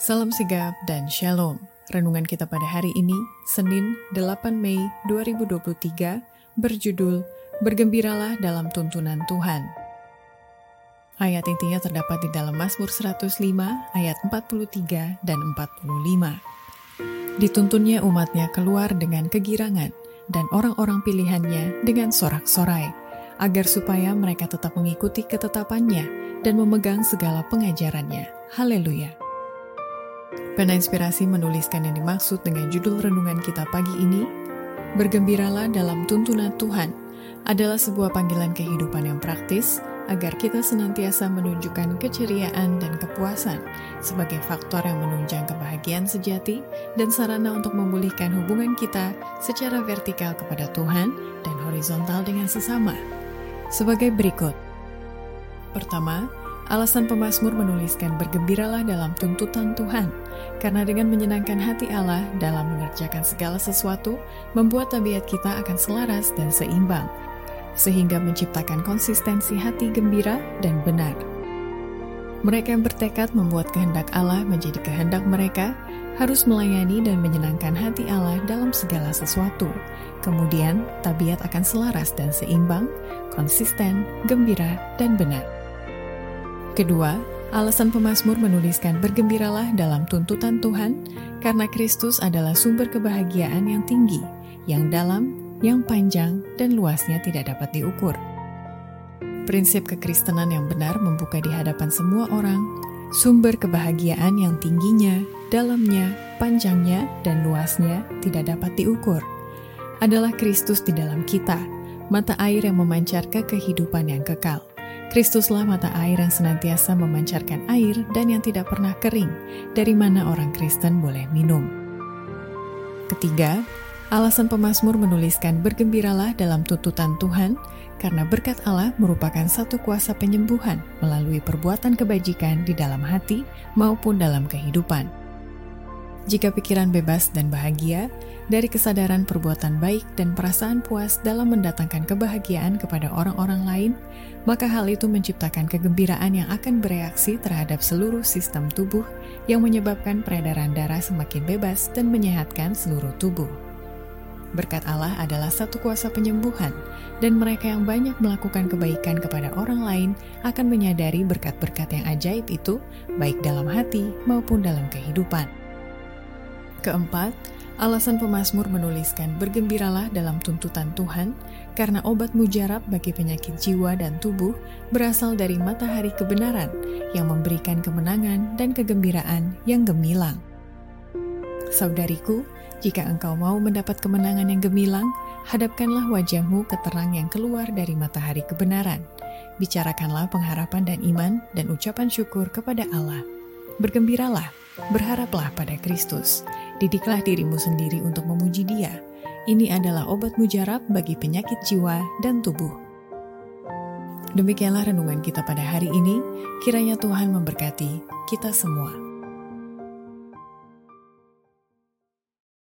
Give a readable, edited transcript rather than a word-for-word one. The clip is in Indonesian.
Salam sigap dan shalom. Renungan kita pada hari ini, Senin 8 Mei 2023, berjudul Bergembiralah dalam tuntunan Tuhan. Ayat intinya terdapat di dalam Mazmur 105 ayat 43 dan 45. Dituntunnya umatnya keluar dengan kegirangan dan orang-orang pilihannya dengan sorak-sorai, agar supaya mereka tetap mengikuti ketetapannya dan memegang segala pengajarannya. Haleluya. Pena Inspirasi menuliskan yang dimaksud dengan judul renungan kita pagi ini, Bergembiralah dalam tuntunan Tuhan, adalah sebuah panggilan kehidupan yang praktis agar kita senantiasa menunjukkan keceriaan dan kepuasan sebagai faktor yang menunjang kebahagiaan sejati dan sarana untuk memulihkan hubungan kita secara vertikal kepada Tuhan dan horizontal dengan sesama. Sebagai berikut. Pertama, alasan pemazmur menuliskan bergembiralah dalam tuntutan Tuhan, karena dengan menyenangkan hati Allah dalam mengerjakan segala sesuatu, membuat tabiat kita akan selaras dan seimbang, sehingga menciptakan konsistensi hati gembira dan benar. Mereka yang bertekad membuat kehendak Allah menjadi kehendak mereka, harus melayani dan menyenangkan hati Allah dalam segala sesuatu. Kemudian, tabiat akan selaras dan seimbang, konsisten, gembira, dan benar. Kedua, alasan pemazmur menuliskan bergembiralah dalam tuntutan Tuhan karena Kristus adalah sumber kebahagiaan yang tinggi, yang dalam, yang panjang, dan luasnya tidak dapat diukur. Prinsip kekristenan yang benar membuka di hadapan semua orang sumber kebahagiaan yang tingginya, dalamnya, panjangnya, dan luasnya tidak dapat diukur. Adalah Kristus di dalam kita, mata air yang memancar ke kehidupan yang kekal. Kristuslah mata air yang senantiasa memancarkan air dan yang tidak pernah kering, dari mana orang Kristen boleh minum. Ketiga, alasan pemazmur menuliskan bergembiralah dalam tuntutan Tuhan, karena berkat Allah merupakan satu kuasa penyembuhan melalui perbuatan kebajikan di dalam hati maupun dalam kehidupan. Jika pikiran bebas dan bahagia, dari kesadaran perbuatan baik dan perasaan puas dalam mendatangkan kebahagiaan kepada orang-orang lain, maka hal itu menciptakan kegembiraan yang akan bereaksi terhadap seluruh sistem tubuh yang menyebabkan peredaran darah semakin bebas dan menyehatkan seluruh tubuh. Berkat Allah adalah satu kuasa penyembuhan, dan mereka yang banyak melakukan kebaikan kepada orang lain akan menyadari berkat-berkat yang ajaib itu, baik dalam hati maupun dalam kehidupan. Keempat, alasan pemazmur menuliskan bergembiralah dalam tuntutan Tuhan, karena obat mujarab bagi penyakit jiwa dan tubuh berasal dari matahari kebenaran yang memberikan kemenangan dan kegembiraan yang gemilang. Saudariku, jika engkau mau mendapat kemenangan yang gemilang, hadapkanlah wajahmu ke terang yang keluar dari matahari kebenaran. Bicarakanlah pengharapan dan iman dan ucapan syukur kepada Allah. Bergembiralah, berharaplah pada Kristus. Didiklah dirimu sendiri untuk memuji Dia. Ini adalah obat mujarab bagi penyakit jiwa dan tubuh. Demikianlah renungan kita pada hari ini. Kiranya Tuhan memberkati kita semua.